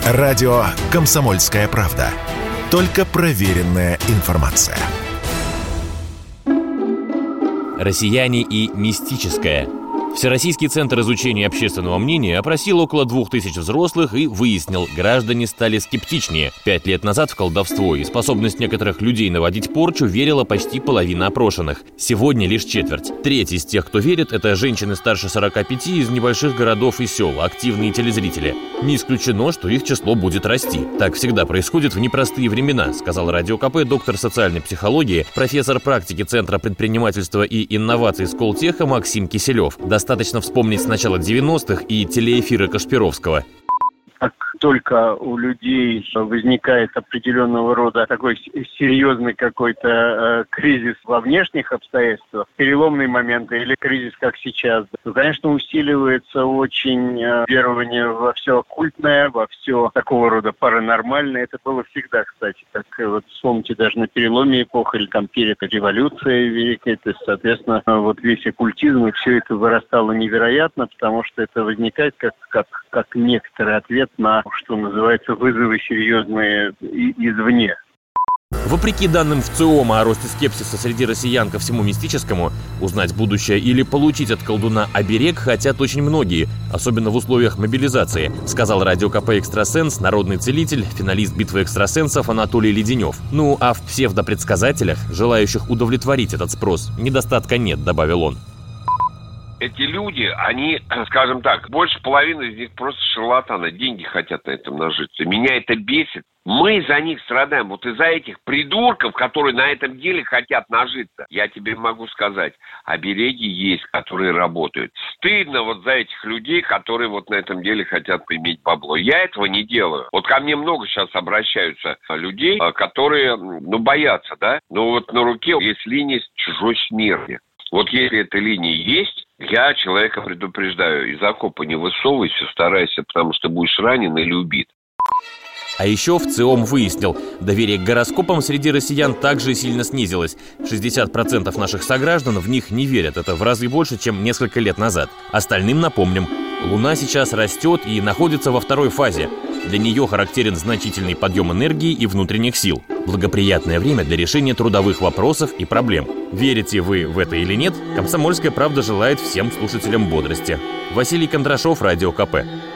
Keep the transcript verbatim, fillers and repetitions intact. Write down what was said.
Радио «Комсомольская правда». Только проверенная информация. Россияне и мистическое. Всероссийский центр изучения общественного мнения опросил около двух тысяч взрослых и выяснил, граждане стали скептичнее. Пять лет назад в колдовство и способность некоторых людей наводить порчу верила почти половина опрошенных. Сегодня лишь четверть. Треть из тех, кто верит, это женщины старше сорока пяти из небольших городов и сел, активные телезрители. Не исключено, что их число будет расти. Так всегда происходит в непростые времена, сказал Радио КП доктор социальной психологии, профессор практики Центра предпринимательства и инноваций Сколтеха Максим Киселев. Достаточно вспомнить с начала девяностых и телеэфиры Кашпировского. Как только у людей возникает определенного рода такой серьезный какой-то э, кризис во внешних обстоятельствах, переломные моменты или кризис, как сейчас, то, конечно, усиливается очень э, верование во все оккультное, во все такого рода паранормальное. Это было всегда, кстати. Так вот, вспомните, даже на переломе эпох или там перед революцией великой, то есть, соответственно, вот весь оккультизм и все это вырастало невероятно, потому что это возникает как, как, как некоторый ответ на, что называется, вызовы серьезные извне. Вопреки данным ВЦИОМа о росте скепсиса среди россиян ко всему мистическому, узнать будущее или получить от колдуна оберег хотят очень многие, особенно в условиях мобилизации, сказал Радио КП экстрасенс, народный целитель, финалист битвы экстрасенсов Анатолий Леденев. Ну а в псевдопредсказателях, желающих удовлетворить этот спрос, недостатка нет, добавил он. Эти люди, они, скажем так, больше половины из них просто шарлатаны, деньги хотят на этом нажиться. Меня это бесит. Мы за них страдаем, вот из-за этих придурков, которые на этом деле хотят нажиться. Я тебе могу сказать, обереги есть, которые работают. Стыдно вот за этих людей, которые вот на этом деле хотят иметь бабло. Я этого не делаю. Вот ко мне много сейчас обращаются людей, которые, ну, боятся, да? Но вот на руке есть линия чужой смерти. Вот если эта линия есть, я человека предупреждаю, из окопа не высовывайся, старайся, потому что будешь ранен или убит. А еще ВЦИОМ выяснил, доверие к гороскопам среди россиян также сильно снизилось. шестьдесят процентов наших сограждан в них не верят, это в разы больше, чем несколько лет назад. Остальным напомним, Луна сейчас растет и находится во второй фазе. Для нее характерен значительный подъем энергии и внутренних сил. Благоприятное время для решения трудовых вопросов и проблем. Верите вы в это или нет, «Комсомольская правда» желает всем слушателям бодрости. Василий Кондрашов, Радио КП.